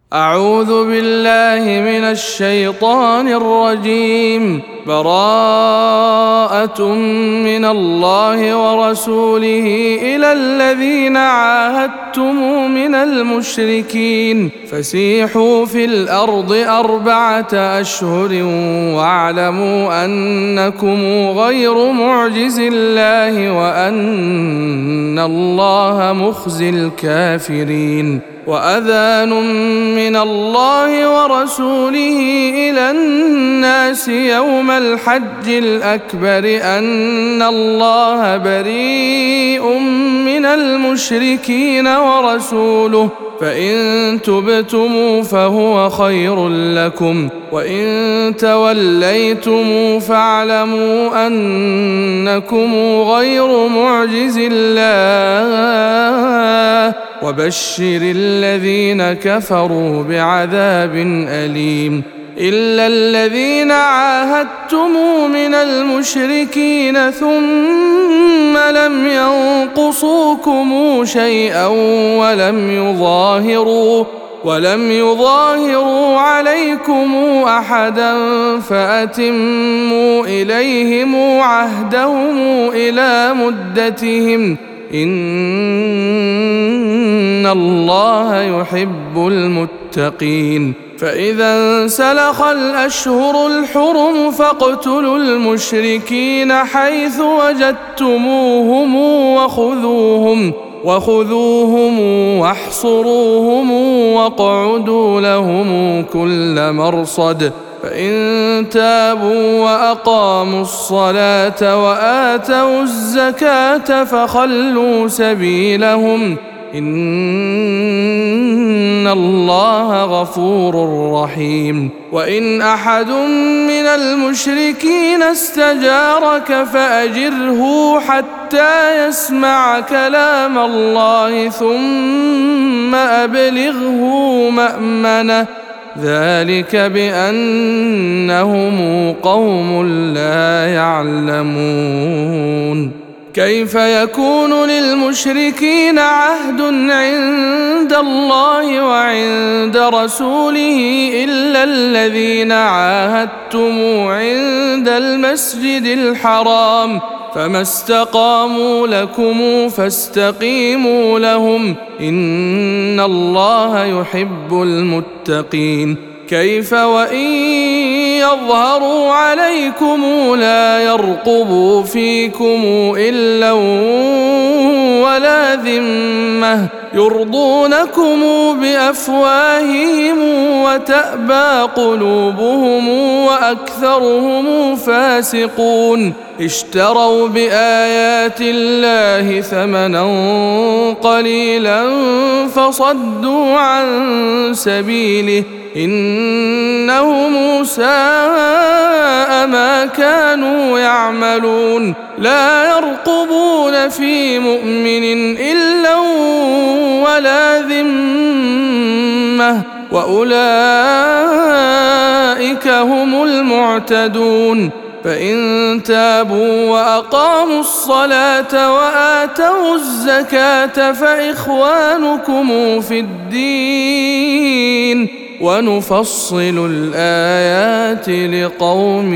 أعوذ بالله من الشيطان الرجيم. براءة من الله ورسوله إلى الذين عاهدتم من المشركين فسيحوا في الأرض 4 أشهر واعلموا أنكم غير معجز الله وأن الله مخزي الكافرين. وأذان من الله ورسوله إلى الناس يوم الحج الأكبر أن الله بريء من المشركين ورسوله فإن تبتم فهو خير لكم وإن توليتم فاعلموا أنكم غير معجز الله وبشر الذين كفروا بعذاب أليم. إلا الذين عاهدتم من المشركين ثم لم ينقصوكم شيئا ولم يظاهروا عليكم أحدا فأتموا إليهم عهدهم إلى مدتهم إن الله يحب المتقين. فإذا انسلخ الأشهر الحرم فاقتلوا المشركين حيث وجدتموهم وخذوهم واحصروهم واقعدوا لهم كل مرصد. فإن تابوا وأقاموا الصلاة وآتوا الزكاة فخلوا سبيلهم إن الله غفور رحيم. وإن أحد من المشركين استجارك فأجره حتى يسمع كلام الله ثم أبلغه مأمنه ذلك بأنهم قوم لا يعلمون. كيف يكون للمشركين عهد عند الله وعند رسوله إلا الذين عاهدتم عند المسجد الحرام فما استقاموا لكم فاستقيموا لهم إن الله يحب المتقين. كيف وإن يظهروا عليكم لا يرقبوا فيكم إلا ولا ذمة يرضونكم بأفواههم وتأبى قلوبهم وأكثرهم فاسقون. اشتروا بآيات الله ثمنا قليلا فصدوا عن سبيله إنهم ساء ما كانوا يعملون. لا يرقبون في مؤمن إلا ولا ذمة وأولئك هم المعتدون. فإن تابوا وأقاموا الصلاة وآتوا الزكاة فإخوانكم في الدين ونفصل الآيات لقوم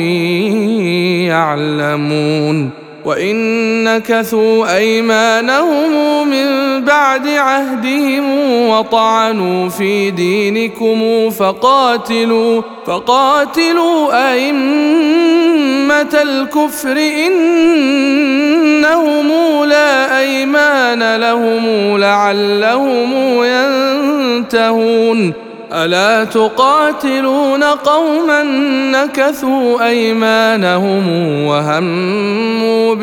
يعلمون. وإن نكثوا أيمانهم من بعد عهدهم وطعنوا في دينكم فقاتلوا أئمة الكفر إنهم لا أيمان لهم لعلهم ينتهون. ألا تقاتلون قوما نكثوا أيمانهم وهموا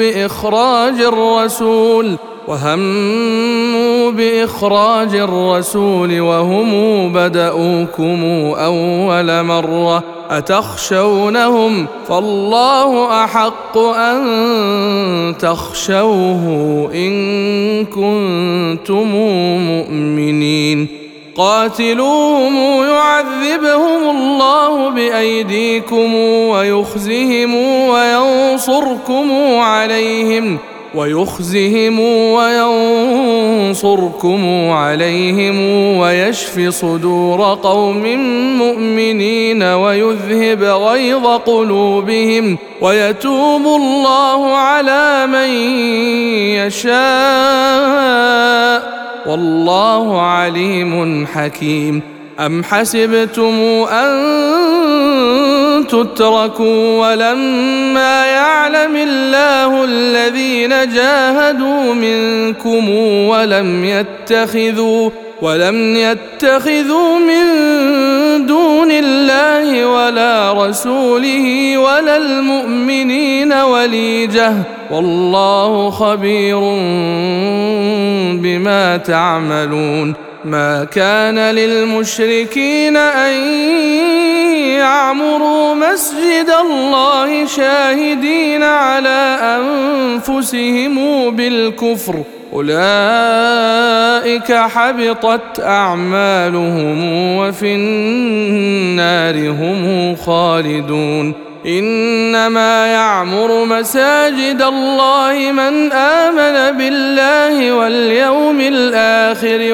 بإخراج الرسول وهم بدؤوكم أول مرة أتخشونهم فالله أحق أن تخشوه إن كنتم مؤمنين. قاتلوهم يعذبهم الله بأيديكم ويخزهم وينصركم عليهم ويخزهم وينصركم عليهم ويشف صدور قوم مؤمنين ويذهب غيظ قلوبهم ويتوب الله على من يشاء والله عليم حكيم. أم حسبتم أن تتركوا ولما يعلم الله الذين جاهدوا منكم ولم يتخذوا من دون الله ولا رسوله ولا المؤمنين وليجة والله خبير بما تعملون. ما كان للمشركين أن يعمروا مسجد الله شاهدين على أنفسهم بالكفر أولئك حبطت أعمالهم وفي النار هم خالدون. إنما يعمر مساجد الله من آمن بالله واليوم الآخر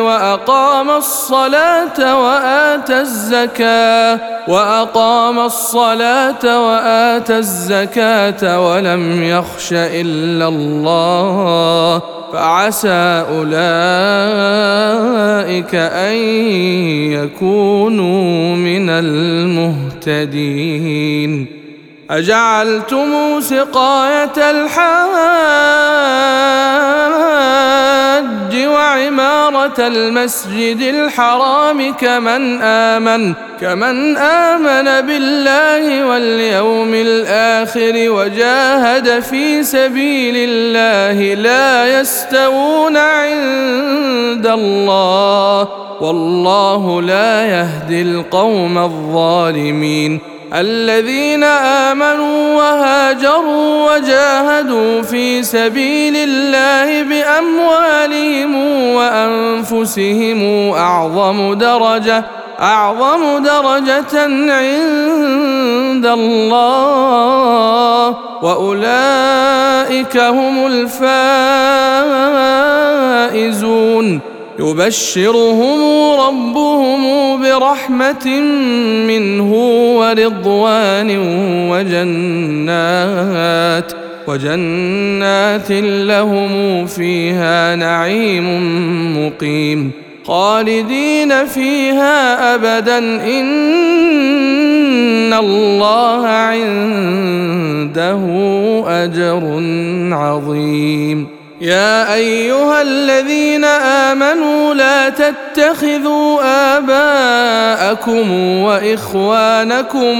وأقام الصلاة وآتى الزكاة ولم يخش إلا الله فعسى أولئك أن يكونوا من المهتدين. أجعلتم سقاية الحاج وعمارة المسجد الحرام كمن آمن بالله واليوم الآخر وجاهد في سبيل الله لا يستوون عند الله والله لا يهدي القوم الظالمين. الذين آمنوا وهاجروا وجاهدوا في سبيل الله بأموالهم وأنفسهم أعظم درجة عند الله وأولئك هم الفائزون. يبشرهم ربهم برحمة منه ورضوان وجنات لهم فيها نعيم مقيم خالدين فيها أبدا إن الله عنده أجر عظيم. يا أيها الذين آمنوا لا تتخذوا آباءكم وإخوانكم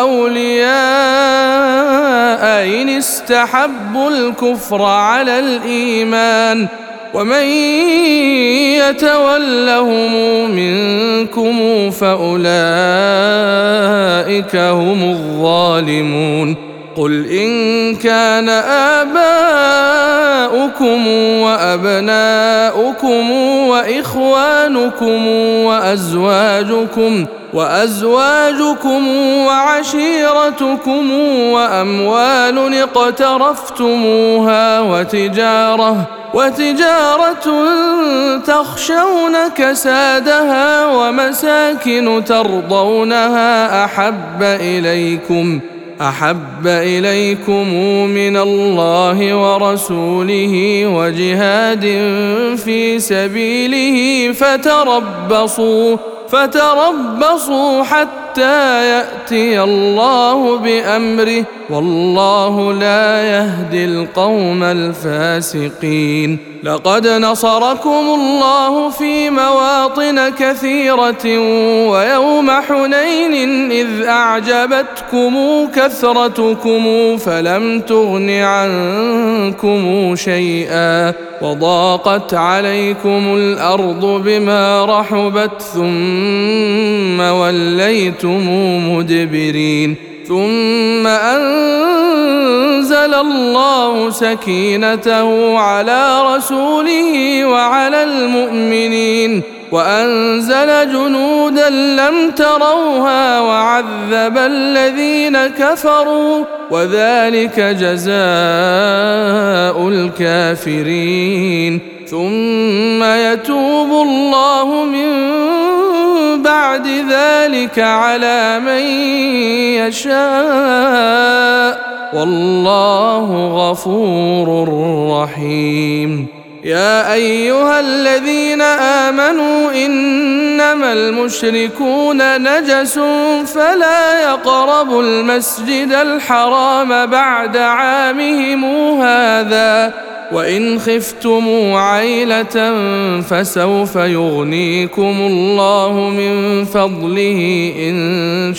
أولياء إن استحبوا الكفر على الإيمان ومن يتولهم منكم فأولئك هم الظالمون. قل إن كان آباؤكم وأبناؤكم وإخوانكم وأزواجكم وعشيرتكم وأموال اقترفتموها وتجارة تخشون كسادها ومساكن ترضونها أحب إليكم من الله ورسوله وجهاد في سبيله فتربصوا حتى يأتي الله بأمره والله لا يهدي القوم الفاسقين. لقد نصركم الله في مواطن كثيرة ويوم حنين إذ أعجبتكم كثرتكم فلم تغن عنكم شيئا وضاقت عليكم الأرض بما رحبت ثم وليتم مدبرين. ثم أنزل الله سكينته على رسوله وعلى المؤمنين وأنزل جنودا لم تروها وعذب الذين كفروا وذلك جزاء الكافرين ثم يتوب الله من بعد ذلك على من يشاء والله غفور رحيم يا أيها الذين آمنوا إنما المشركون نجس فلا يقربوا المسجد الحرام بعد عامهم هذا وإن خفتم عيلة فسوف يغنيكم الله من فضله إن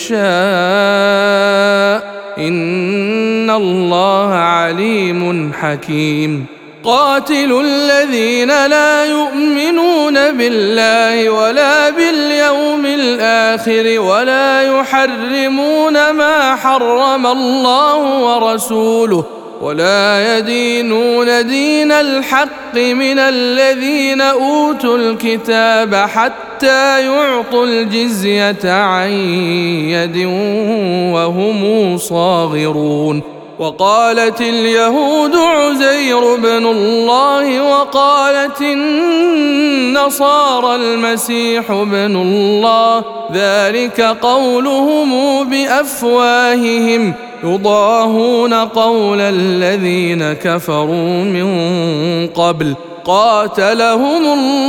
شاء إن الله عليم حكيم قاتلوا الذين لا يؤمنون بالله ولا باليوم الآخر ولا يحرمون ما حرم الله ورسوله ولا يدينون دين الحق من الذين أوتوا الكتاب حتى يعطوا الجزية عن يد وهم صاغرون وقالت اليهود عزير بن الله وقالت النصارى المسيح ابن الله ذلك قولهم بأفواههم يضاهون قول الذين كفروا من قبل قاتلهم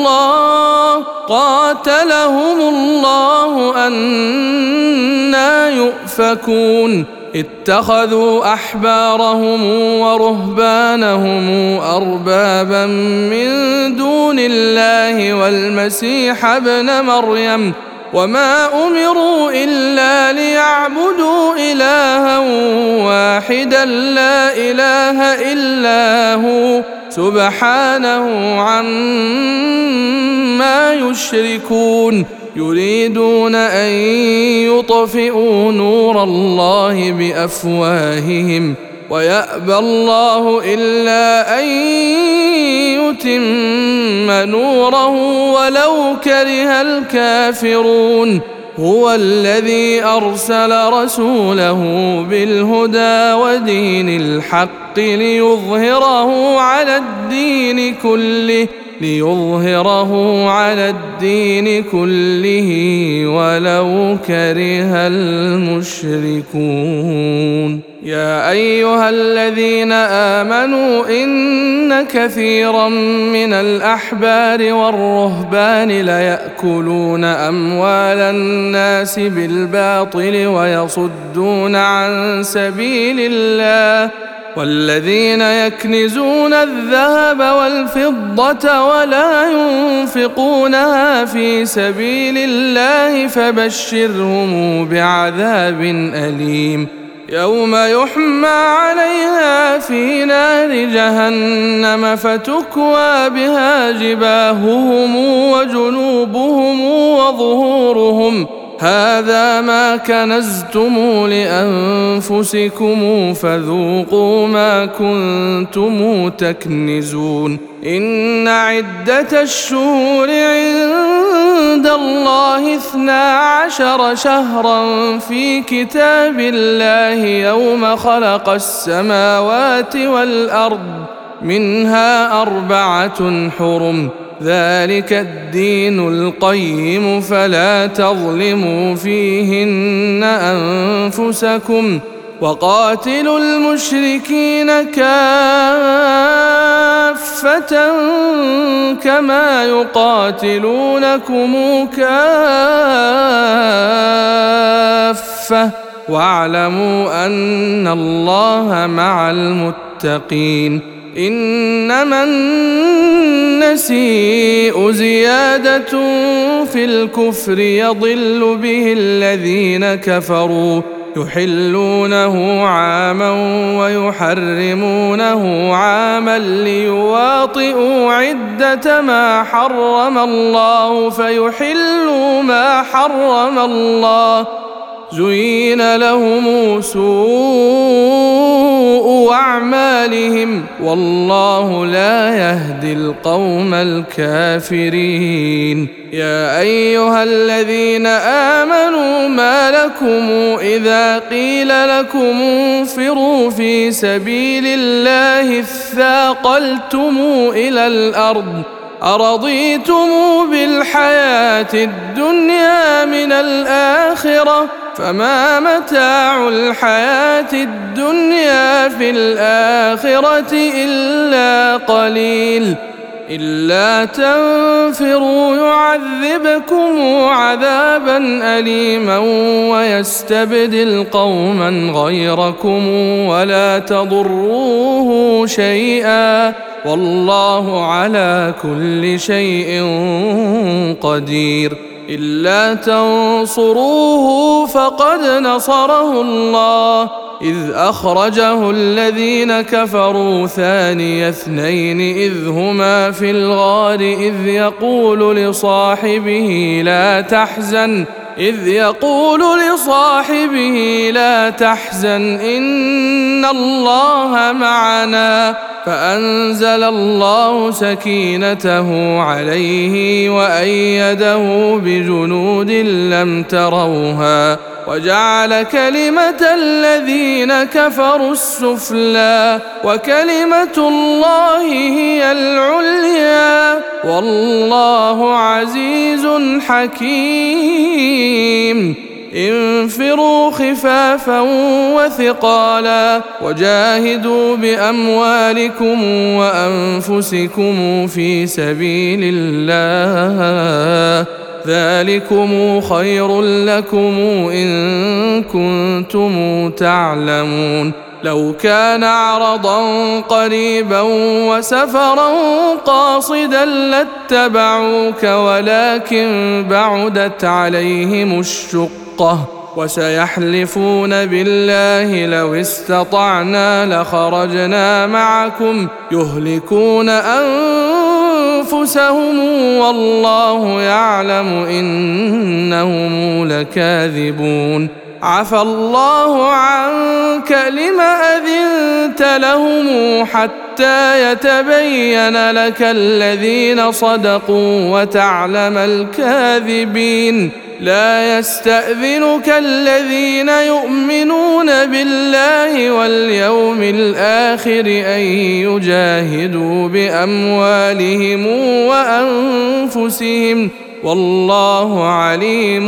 الله أنى يؤفكون اتخذوا أحبارهم ورهبانهم أربابا من دون الله والمسيح ابن مريم وما أمروا إلا ليعبدوا إلها واحدا لا إله إلا هو سبحانه عما يشركون يريدون أن يطفئوا نور الله بأفواههم ويأبى الله إلا أن يتم نوره ولو كره الكافرون هو الذي أرسل رسوله بالهدى ودين الحق ليظهره على الدين كله ولو كره المشركون يا أيها الذين آمنوا إن كثيرا من الأحبار والرهبان ليأكلون أموال الناس بالباطل ويصدون عن سبيل الله والذين يكنزون الذهب والفضة ولا ينفقونها في سبيل الله فبشرهم بعذاب أليم يوم يحمى عليها في نار جهنم فتكوى بها جباههم وجنوبهم وظهورهم هذا ما كنزتم لأنفسكم فذوقوا ما كنتم تكنزون إن عدة الشهور عند الله 12 شهرا في كتاب الله يوم خلق السماوات والأرض منها 4 حرم ذلك الدين القيم فلا تظلموا فيهن أنفسكم وقاتلوا المشركين كافة كما يقاتلونكم كافة واعلموا أن الله مع المتقين إنما النسيء زيادة في الكفر يضل به الذين كفروا يحلونه عاما ويحرمونه عاما ليواطئوا عدة ما حرم الله فيحلوا ما حرم الله زين لهم سوء أعمالهم والله لا يهدي القوم الكافرين. يا أيها الذين آمنوا ما لكم إذا قيل لكم انفروا في سبيل الله اثاقلتم إلى الأرض أرضيتم بالحياة الدنيا من الآخرة فما متاع الحياة الدنيا في الآخرة إلا قليل. إلا تنفروا يعذبكم عذابا أليما ويستبدل قوما غيركم ولا تضروه شيئا والله على كل شيء قدير. إلا تنصروه فقد نصره الله إذ أخرجه الذين كفروا ثاني اثنين إذ هما في الغار إذ يقول لصاحبه لا تحزن إن الله معنا فأنزل الله سكينته عليه وأيده بجنود لم تروها وجعل كلمة الذين كفروا السفلى وكلمة الله هي العليا والله عزيز حكيم. انفروا خفافا وثقالا وجاهدوا بأموالكم وأنفسكم في سبيل الله ذلكم خير لكم إن كنتم تعلمون. لو كان عرضا قريبا وسفرا قاصدا لاتبعوك ولكن بعدت عليهم الشقة وسيحلفون بالله لو استطعنا لخرجنا معكم يهلكون أنفسهم والله يعلم إنهم لكاذبون. عفى الله عنك لم أذنت لهم حتى يتبين لك الذين صدقوا وتعلم الكاذبين. لا يستأذنك الذين يؤمنون بالله واليوم الآخر أن يجاهدوا بأموالهم وأنفسهم والله عليم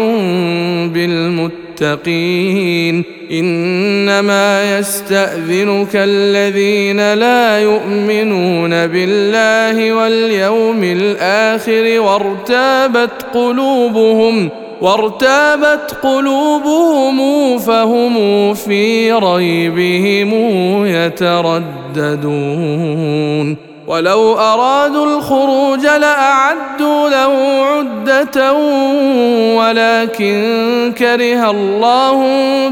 بالمتقين. إنما يستأذنك الذين لا يؤمنون بالله واليوم الآخر وارتابت قلوبهم فهم في ريبهم يترددون. ولو أرادوا الخروج لأعدوا له عدة ولكن كره الله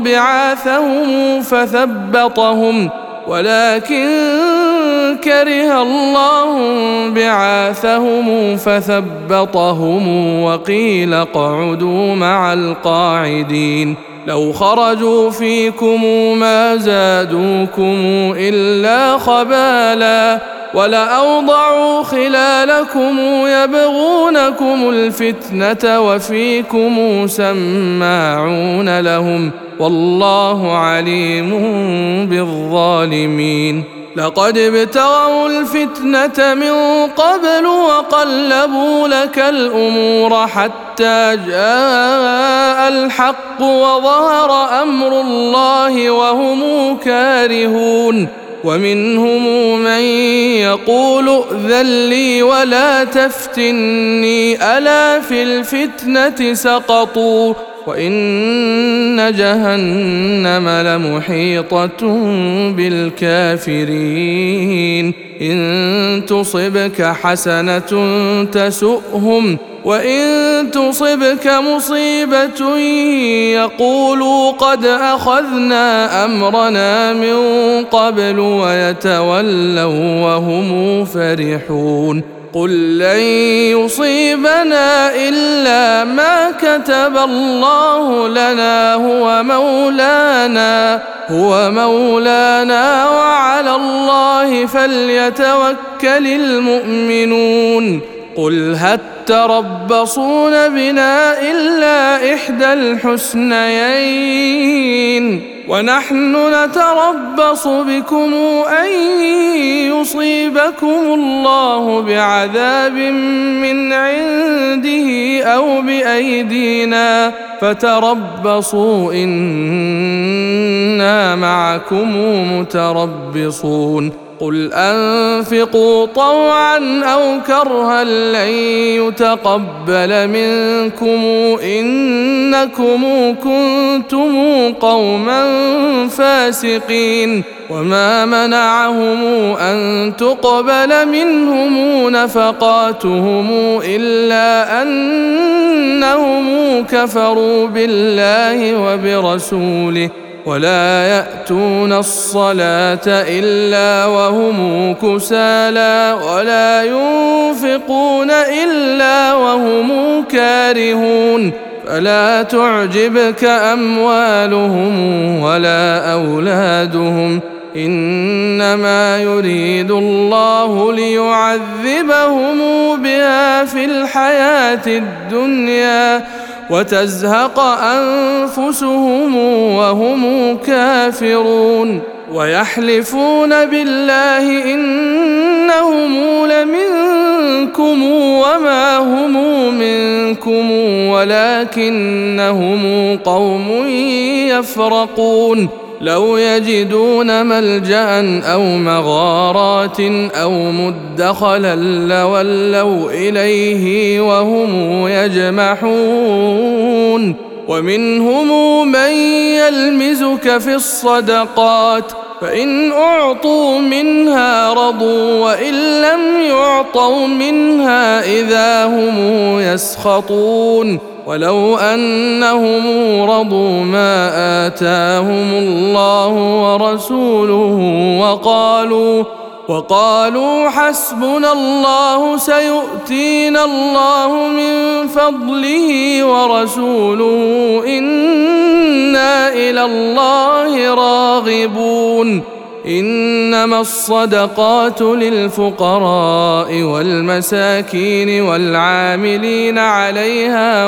بعاثهم فثبطهم وقيل اقعدوا مع القاعدين. لو خرجوا فيكم ما زادوكم إلا خبالا ولأوضعوا خلالكم يبغونكم الفتنة وفيكم سماعون لهم والله عليم بالظالمين. لقد ابتغوا الفتنة من قبل وقلبوا لك الأمور حتى جاء الحق وظهر أمر الله وهم كارهون. ومنهم من يقول ائذن لي ولا تفتني ألا في الفتنة سقطوا وإن جهنم لمحيطة بالكافرين. إن تصبك حسنة تسؤهم وإن تصبك مصيبة يقولوا قد أخذنا أمرنا من قبل ويتولوا وهم فرحون. قل لن يصيبنا إلا ما كتب الله لنا هو مولانا وعلى الله فليتوكل المؤمنون قل هل تربصون بنا إلا إحدى الحسنيين ونحن نتربص بكم أن يصيبكم الله بعذاب من عنده أو بأيدينا فتربصوا إنا معكم متربصون قل أنفقوا طوعا أو كرها لن يتقبل منكم إنكم كنتم قوما فاسقين وما منعهم أن تقبل منهم نفقاتهم إلا أنهم كفروا بالله وبرسوله ولا يأتون الصلاة إلا وهم كسالى ولا ينفقون إلا وهم كارهون فلا تعجبك أموالهم ولا أولادهم إنما يريد الله ليعذبهم بها في الحياة الدنيا وتزهق أنفسهم وهم كافرون ويحلفون بالله إنهم لمنكم وما هم منكم ولكنهم قوم يفرقون لو يجدون ملجأ أو مغارات أو مدخلا لولوا إليه وهم يجمحون ومنهم من يلمزك في الصدقات فإن أعطوا منها رضوا وإن لم يعطوا منها إذا هم يسخطون ولو أنهم رضوا ما آتاهم الله ورسوله وقالوا حسبنا الله سيؤتينا الله من فضله ورسوله إنا إلى الله راغبون إنما الصدقات للفقراء والمساكين والعاملين عليها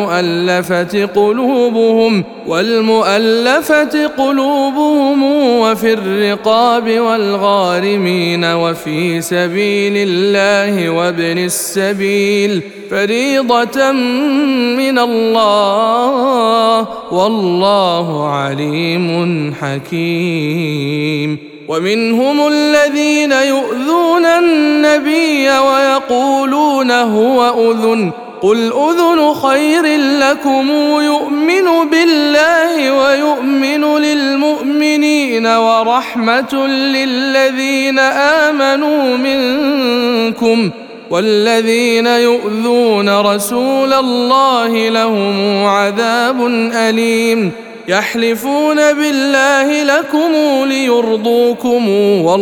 والمؤلفة قلوبهم وفي الرقاب والغارمين وفي سبيل الله وابن السبيل فريضة من الله والله عليم حكيم ومنهم الذين يؤذون النبي ويقولون هو أذن قل أذن خير لكم يؤمن بالله ويؤمن للمؤمنين ورحمة للذين آمنوا منكم والذين يؤذون رسول الله لهم عذاب أليم يحلفون بالله لكم ليرضوكم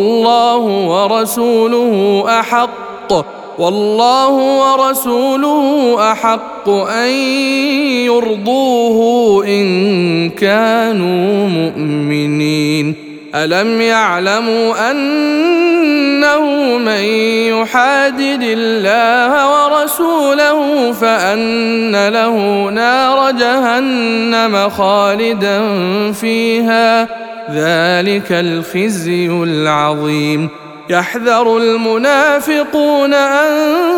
والله ورسوله أحق أن يرضوه إن كانوا مؤمنين ألم يعلموا أنه من يحادد الله ورسوله فأن له نار جهنم خالدا فيها ذلك الخزي العظيم يحذر المنافقون أن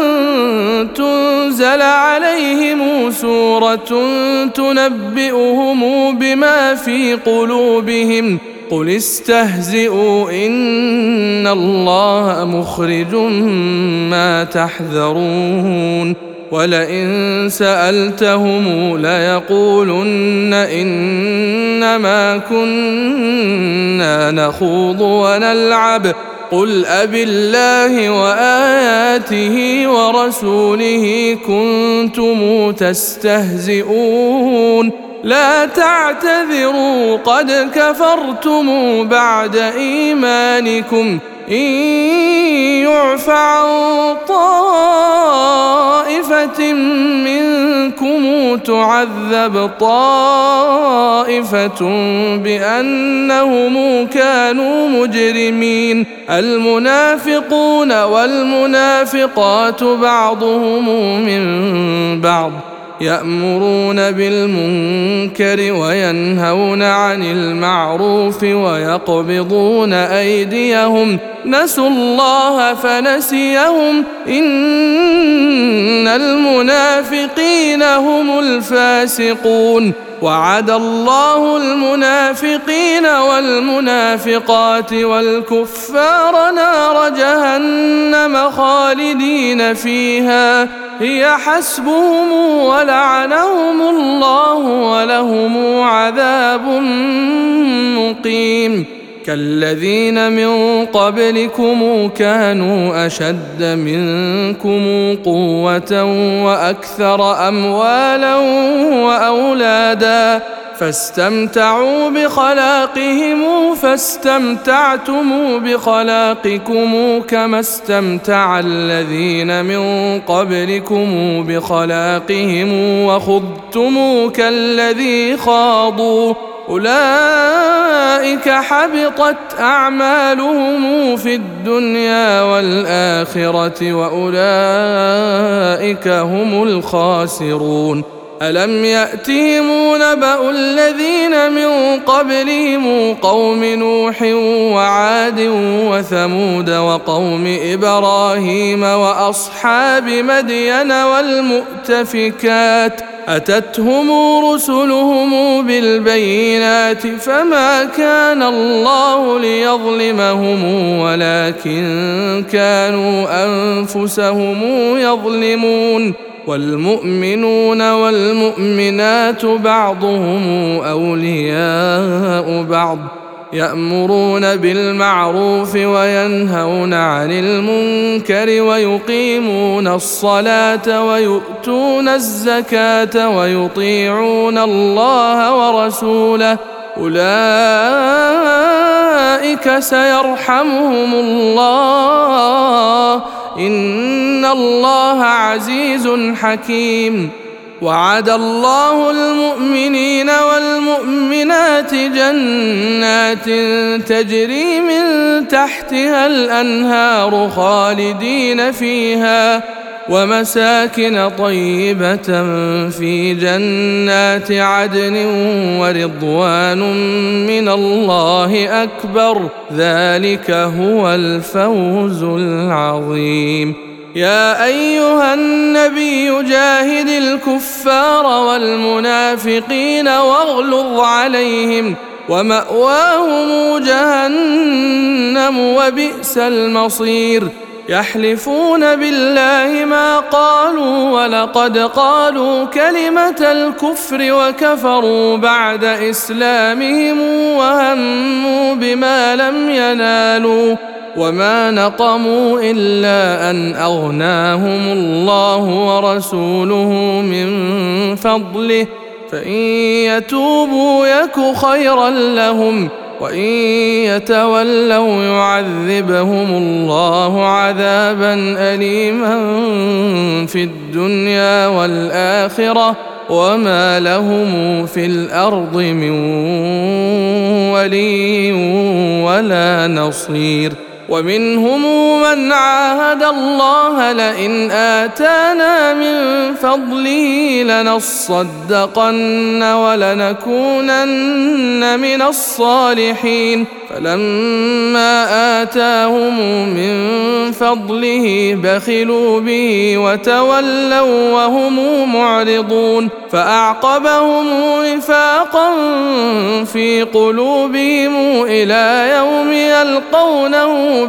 تنزل عليهم سورة تنبئهم بما في قلوبهم قل استهزئوا إن الله مخرج ما تحذرون ولئن سألتهم ليقولن إنما كنا نخوض ونلعب قل أبالله وآياته ورسوله كنتم تستهزئون لا تعتذروا قد كفرتم بعد إيمانكم إن يعف عن طائفة منكم تعذب طائفة بأنهم كانوا مجرمين. المنافقون والمنافقات بعضهم من بعض يأمرون بالمنكر وينهون عن المعروف ويقبضون أيديهم نسوا الله فنسيهم إن المنافقين هم الفاسقون. وعد الله المنافقين والمنافقات والكفار نار جهنم خالدين فيها هي حسبهم ولعنهم الله ولهم عذاب مقيم. كالذين من قبلكم كانوا أشد منكم قوة وأكثر أموالا وأولادا فاستمتعوا بخلاقهم فاستمتعتم بخلاقكم كما استمتع الذين من قبلكم بخلاقهم وخضتم كالذي خاضوا أولئك حبطت أعمالهم في الدنيا والآخرة وأولئك هم الخاسرون. ألم يأتهم نبأ الذين من قبلهم قوم نوح وعاد وثمود وقوم إبراهيم وأصحاب مدين والمؤتفكات أتتهم رسلهم بالبينات فما كان الله ليظلمهم ولكن كانوا أنفسهم يظلمون. والمؤمنون والمؤمنات بعضهم أولياء بعض يأمرون بالمعروف وينهون عن المنكر ويقيمون الصلاة ويؤتون الزكاة ويطيعون الله ورسوله أولئك سيرحمهم الله إن الله عزيز حكيم. وعد الله المؤمنين والمؤمنات جنات تجري من تحتها الأنهار خالدين فيها ومساكن طيبة في جنات عدن ورضوان من الله أكبر ذلك هو الفوز العظيم. يا أيها النبي جاهد الكفار والمنافقين واغلظ عليهم ومأواهم جهنم وبئس المصير. يحلفون بالله ما قالوا ولقد قالوا كلمة الكفر وكفروا بعد إسلامهم وهموا بما لم ينالوا وما نقموا إلا أن أغناهم الله ورسوله من فضله فإن يتوبوا يك خيرا لهم وإن يتولوا يعذبهم الله عذابا أليما في الدنيا والآخرة وما لهم في الأرض من ولي ولا نصير. ومنهم من عاهد الله لئن آتانا من فضله لنصدقن ولنكونن من الصالحين فلما آتاهم من فضله بخلوا به وتولوا وهم معرضون فأعقبهم نفاقا في قلوبهم إلى يوم يلقونه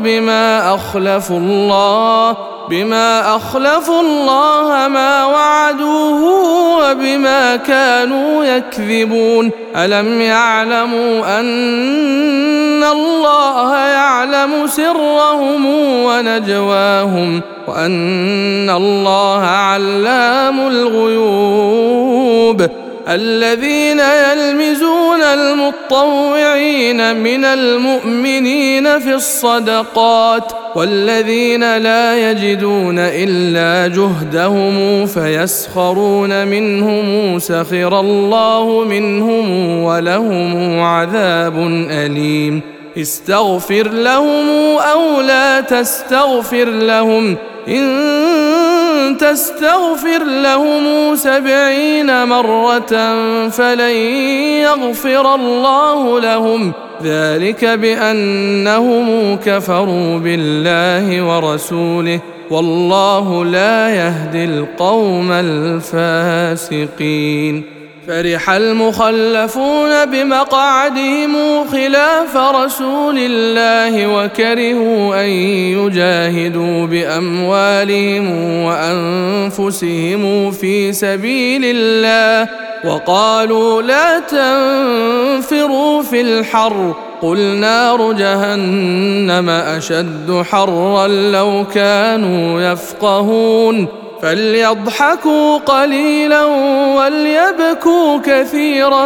بما أخلفوا الله ما وعدوه وبما كانوا يكذبون. ألم يعلموا أن الله يعلم سرهم ونجواهم وأن الله علام الغيوب. الذين يلمزون المطوعين من المؤمنين في الصدقات والذين لا يجدون إلا جهدهم فيسخرون منهم سخر الله منهم ولهم عذاب أليم استغفر لهم أو لا تستغفر لهم إن تستغفر لهم 70 مرة فلن يغفر الله لهم ذلك بأنهم كفروا بالله ورسوله والله لا يهدي القوم الفاسقين فرح المخلفون بمقعدهم خلاف رسول الله وكرهوا أن يجاهدوا بأموالهم وأنفسهم في سبيل الله وقالوا لا تنفروا في الحر قل نار جهنم أشد حرا لو كانوا يفقهون فليضحكوا قليلا وليبكوا كثيرا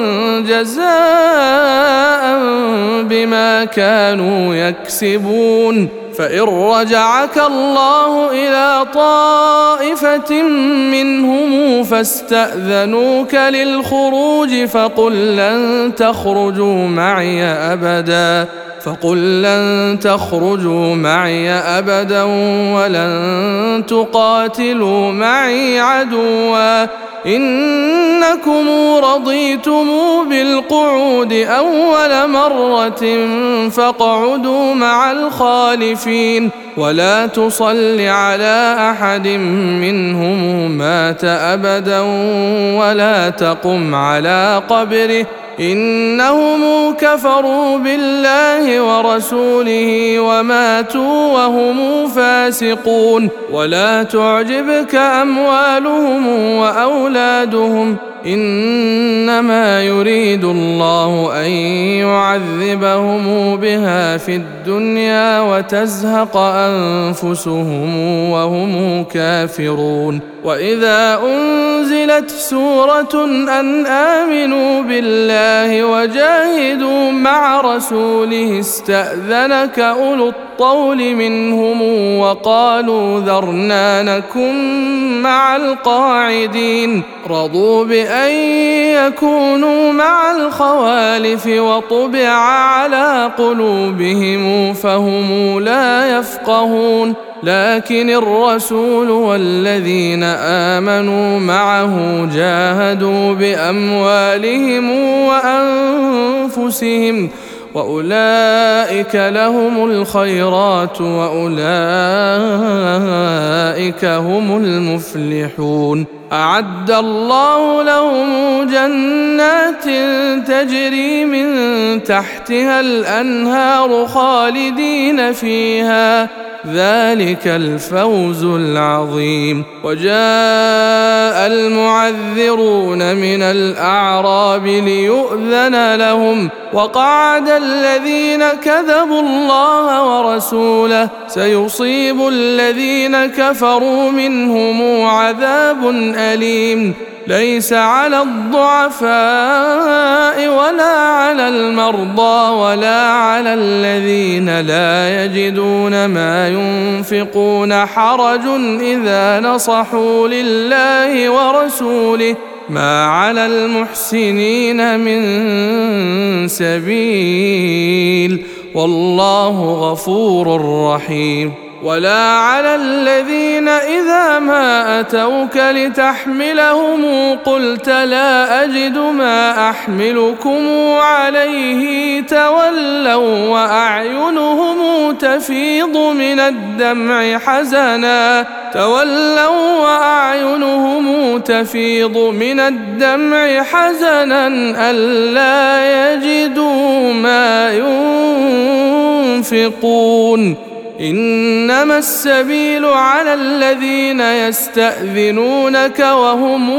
جزاء بما كانوا يكسبون فإن رجعك الله إلى طائفة منهم فاستأذنوك للخروج فقل لن تخرجوا معي أبدا ولن تقاتلوا معي عدوا إنكم رضيتم بالقعود أول مرة فاقعدوا مع الخالفين ولا تصل على أحد منهم مات أبدا ولا تقم على قبره إنهم كفروا بالله ورسوله وماتوا وهم فاسقون ولا تعجبك أموالهم وأولادهم إنما يريد الله أن يعذبهم بها في الدنيا وتزهق أنفسهم وهم كافرون وإذا أنزلت سورة أن آمنوا بالله وجاهدوا مع رسوله استأذنك أولو الطول منهم وقالوا ذرنا نكن مع القاعدين رضوا بأن يكونوا مع الخوالف وطبع على قلوبهم فهم لا يفقهون لكن الرسول والذين آمنوا معه جاهدوا بأموالهم وأنفسهم وأولئك لهم الخيرات وأولئك هم المفلحون أعد الله لهم جنات تجري من تحتها الأنهار خالدين فيها ذلك الفوز العظيم وجاء المعذرون من الأعراب ليؤذن لهم وقعد الذين كذبوا الله ورسوله سيصيب الذين كفروا منهم عذاب أليم ليس على الضعفاء ولا على المرضى ولا على الذين لا يجدون ما ينفقون حرج إذا نصحوا لله ورسوله ما على المحسنين من سبيل والله غفور رحيم ولا على الذين إذا ما أتوك لتحملهم قلت لا أجد ما أحملكم عليه تولوا وأعينهم تفيض من الدمع حزنا ألا يجدوا ما ينفقون إنما السبيل على الذين يستأذنونك وهم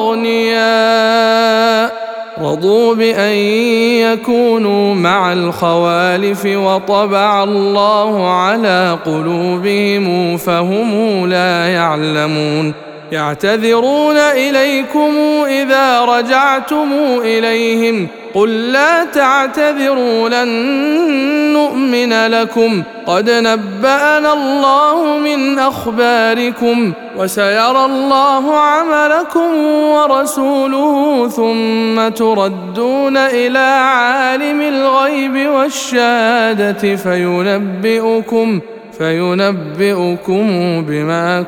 أغنياء رضوا بأن يكونوا مع الخوالف وطبع الله على قلوبهم فهم لا يعلمون يعتذرون إليكم إذا رجعتم إليهم قل لا تعتذروا لن نؤمن لكم قد نبأنا الله من أخباركم وسيرى الله عملكم ورسوله ثم تردون إلى عالم الغيب والشهادة فينبئكم بما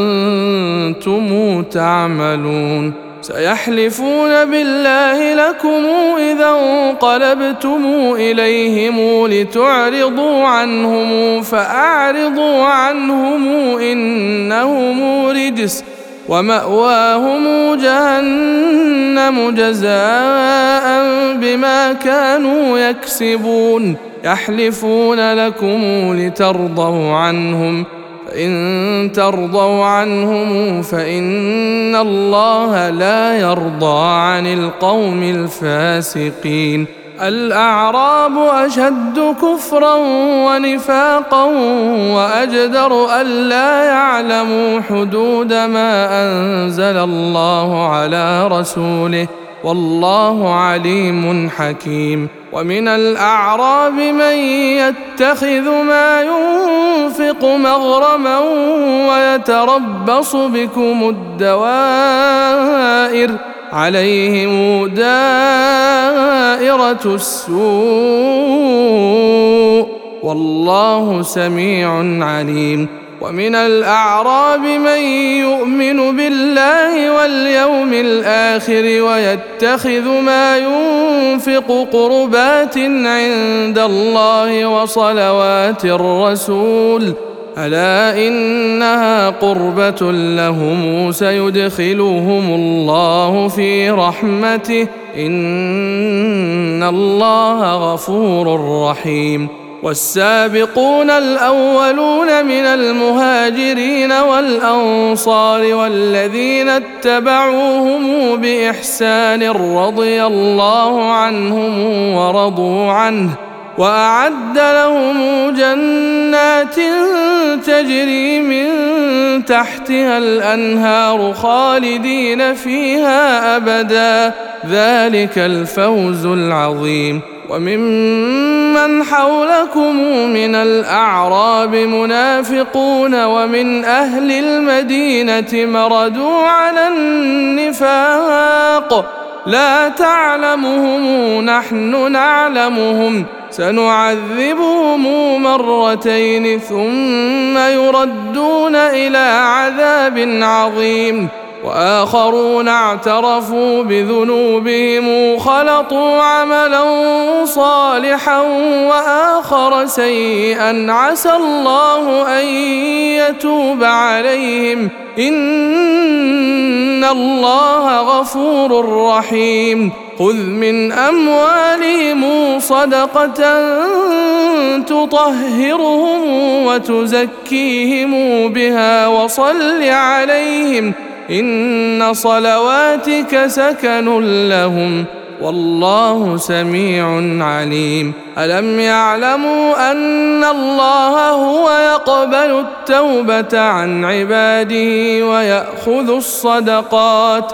كنتم تعملون سيحلفون بالله لكم إذا انقلبتم إليهم لتعرضوا عنهم فأعرضوا عنهم إنهم رجس ومأواهم جهنم جزاء بما كانوا يكسبون يحلفون لكم لترضوا عنهم فإن ترضوا عنهم فإن الله لا يرضى عن القوم الفاسقين الأعراب أشد كفرا ونفاقا وأجدر ألا يعلموا حدود ما أنزل الله على رسوله والله عليم حكيم ومن الأعراب من يتخذ ما ينفق مغرما ويتربص بكم الدوائر عليهم دائرة السوء والله سميع عليم ومن الأعراب من يؤمن بالله واليوم الآخر ويتخذ ما ينفق قربات عند الله وصلوات الرسول ألا إنها قربة لهم سيدخلهم الله في رحمته إن الله غفور رحيم والسابقون الأولون من المهاجرين والأنصار والذين اتبعوهم بإحسان رضي الله عنهم ورضوا عنه وأعد لهم جنات تجري من تحتها الأنهار خالدين فيها أبدا ذلك الفوز العظيم وممن حولكم من الأعراب منافقون ومن أهل المدينة مردوا على النفاق لا تعلمهم نحن نعلمهم سنعذبهم مرتين ثم يردون إلى عذاب عظيم وآخرون اعترفوا بذنوبهم خلطوا عملا صالحا وآخر سيئا عسى الله أن يتوب عليهم إن الله غفور رحيم خذ من أموالهم صدقة تطهرهم وتزكيهم بها وصل عليهم إن صلواتك سكن لهم والله سميع عليم ألم يعلموا أن الله هو يقبل التوبة عن عباده ويأخذ الصدقات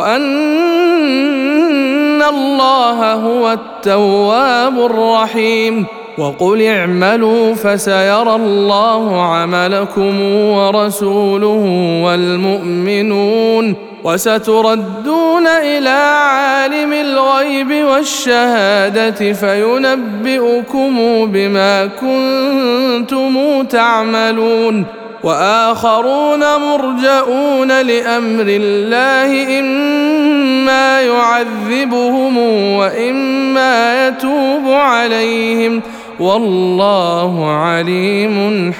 وأن الله هو التواب الرحيم وقل اعملوا فسيرى الله عملكم ورسوله والمؤمنون وستردون إلى عالم الغيب والشهادة فينبئكم بما كنتم تعملون وآخرون مرجؤون لأمر الله إما يعذبهم وإما يتوب عليهم والله عليم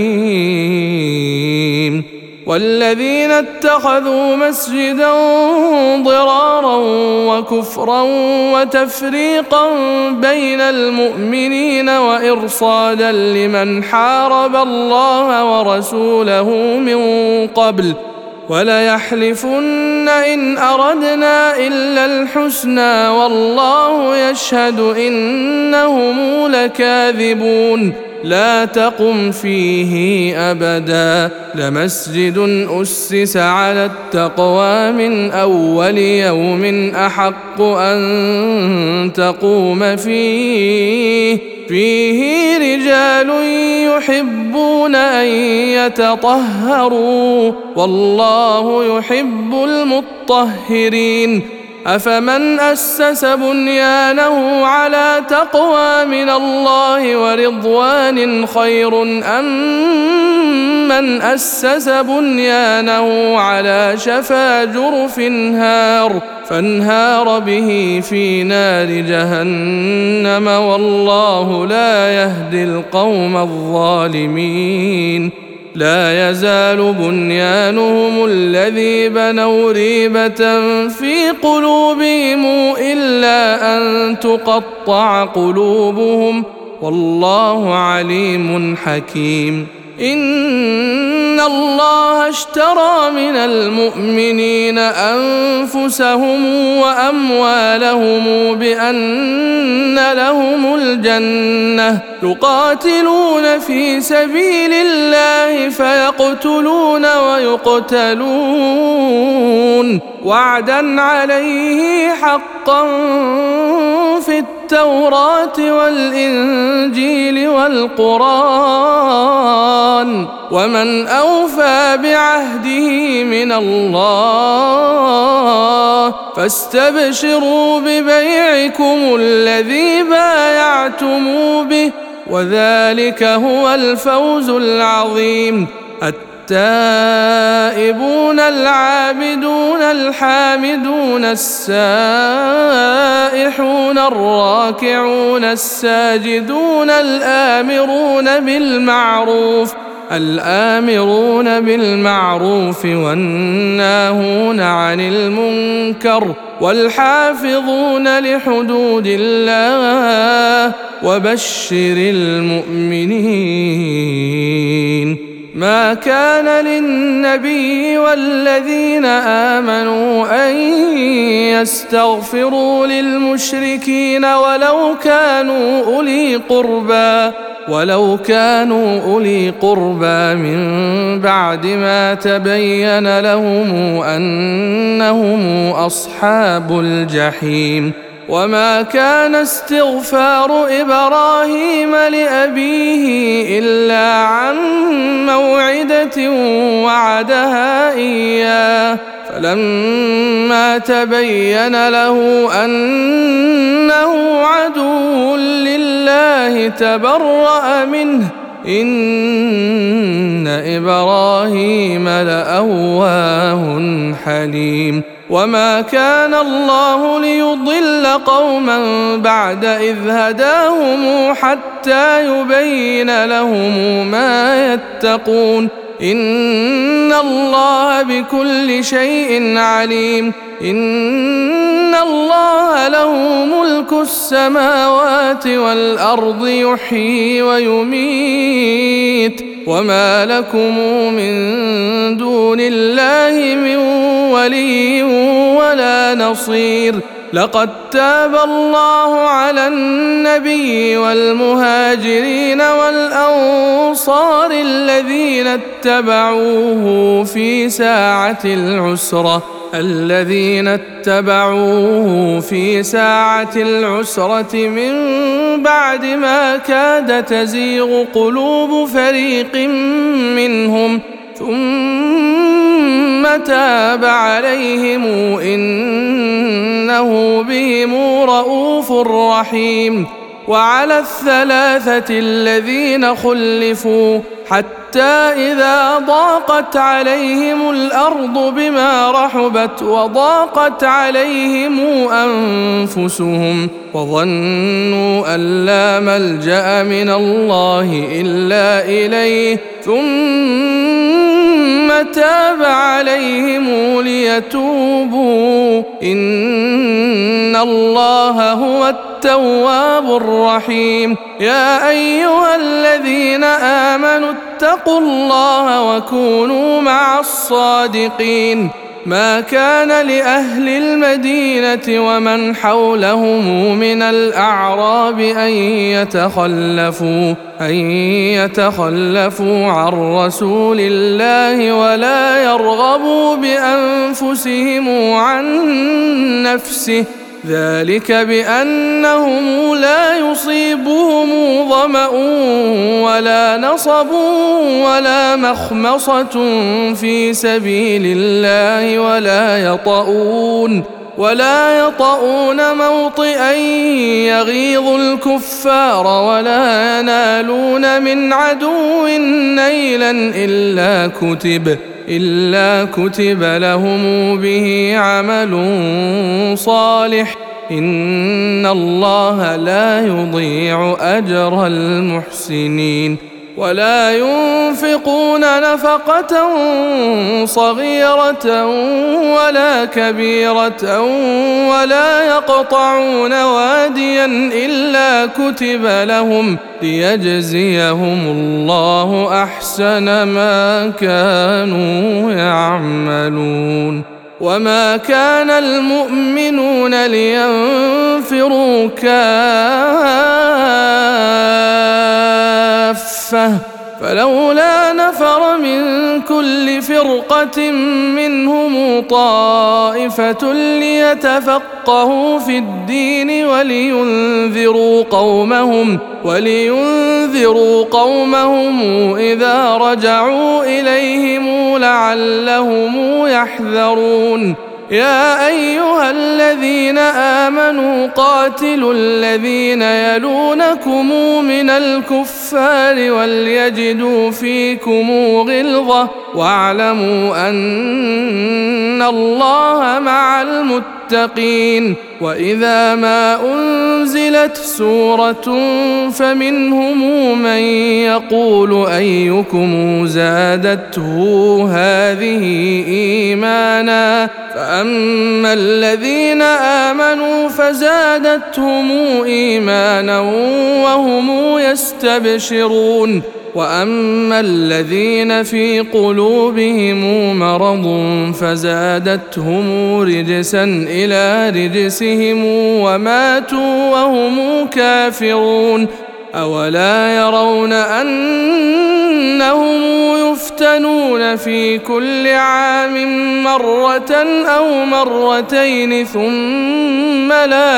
حكيم والذين اتخذوا مسجدا ضرارا وكفرا وتفريقا بين المؤمنين وإرصادا لمن حارب الله ورسوله من قبل وليحلفن إن أردنا إلا الحسنى والله يشهد إنهم لكاذبون لا تقم فيه أبدا. لمسجد أسس على التقوى من أول يوم أحق أن تقوم فيه رجال يحبون أن يتطهروا والله يحب المطهرين. أفمن أسس بنيانه على تقوى من الله ورضوان خير أم من أسس بنيانه على شفا جرف فانهار به في نار جهنم والله لا يهدي القوم الظالمين. لا يزال بنيانهم الذي بنوا ريبة في قلوبهم إلا أن تقطع قلوبهم والله عليم حكيم. إن الله اشترى من المؤمنين أنفسهم وأموالهم بأن لهم الجنة يقاتلون في سبيل الله فيقتلون ويقتلون وعدا عليه حقا في التوراة والإنجيل والقرآن ومن أوفى بعهده من الله فاستبشروا ببيعكم الذي بايعتم به وذلك هو الفوز العظيم. التائبون العابدون الحامدون السائحون الراكعون الساجدون الآمرون بالمعروف والناهون عن المنكر والحافظون لحدود الله وبشر المؤمنين. ما كان للنبي والذين آمنوا أن يستغفروا للمشركين ولو كانوا أولي قربى من بعد ما تبين لهم أنهم أصحاب الجحيم. وما كان استغفار إبراهيم لأبيه إلا عن موعدة وعدها إياه فلما تبين له أنه عدو لله تبرأ منه إن إبراهيم لأواه حليم. وما كان الله ليضل قوما بعد إذ هداهم حتى يبين لهم ما يتقون إن الله بكل شيء عليم. إن الله له ملك السماوات والأرض يحيي ويميت وما لكم من دون الله من ولي ولا نصير. لقد تاب الله على النبي والمهاجرين والأنصار الذين اتبعوه في ساعة العسرة من بعد ما كاد تزيغ قلوب فريق منهم ثم تاب عليهم إنه بهم رءوف رحيم. وعلى الثلاثة الذين خلفوا حتى إذا ضاقت عليهم الأرض بما رحبت وضاقت عليهم أنفسهم وظنوا أن لا ملجأ من الله إلا إليه ثم تاب عليهم ليتوبوا إن الله هو التواب الرحيم. يا أيها الذين آمنوا اتقوا الله وكونوا مع الصادقين. ما كان لأهل المدينة ومن حولهم من الأعراب أن يتخلفوا عن رسول الله ولا يرغبوا بأنفسهم عن نفسه، ذلك بأنهم لا يصيبهم ظمأ ولا نصب ولا مخمصة في سبيل الله ولا يطؤون موطئا يغيظ الكفار ولا ينالون من عدو نيلا إلا كتب لهم به عمل صالح، إن الله لا يضيع أجر المحسنين. ولا ينفقون نفقة صغيرة ولا كبيرة ولا يقطعون واديا إلا كتب لهم ليجزيهم الله أحسن ما كانوا يعملون. وما كان المؤمنون لينفروا كافة فلولا نفر من كل فرقة منهم طائفة ليتفقهوا في الدين ولينذروا قومهم إذا رجعوا إليهم لعلهم يحذرون. يا أيها الذين آمنوا قاتلوا الذين يلونكم من الكفار وليجدوا فيكم غلظة واعلموا أن الله مع المتقين. وإذا ما أنزلت سورة فمنهم من يقول أيكم زادته هذه إيمانا فأما الذين آمنوا فزادتهم إيمانا وهم يستبشرون وأما الذين في قلوبهم مرض فزادتهم رجسا إلى رجسهم وماتوا وهم كافرون. أولا يرون أنهم يفتنون في كل عام مرة أو مرتين ثم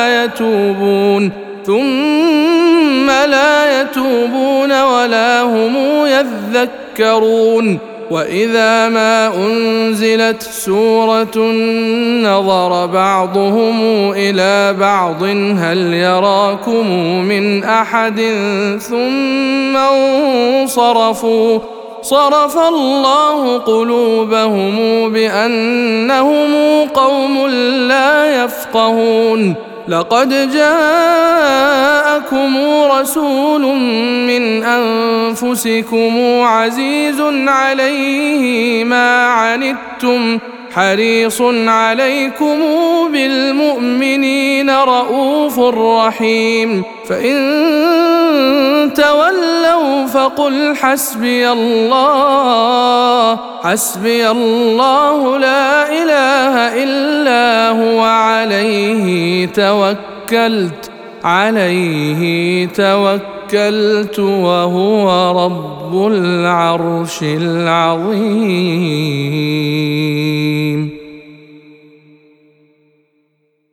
لا يتوبون ولا هم يذكرون. وإذا ما أنزلت سورة نظر بعضهم إلى بعض هل يراكم من أحد ثم انصرفوا صرف الله قلوبهم بأنهم قوم لا يفقهون. لقد جاءكم رسول من أنفسكم عزيز عليه ما عنتم حريص عليكم بالمؤمنين رؤوف رحيم. فإن تولوا فقل حسبي الله لا إله إلا هو عليه توكلت وهو رب العرش العظيم.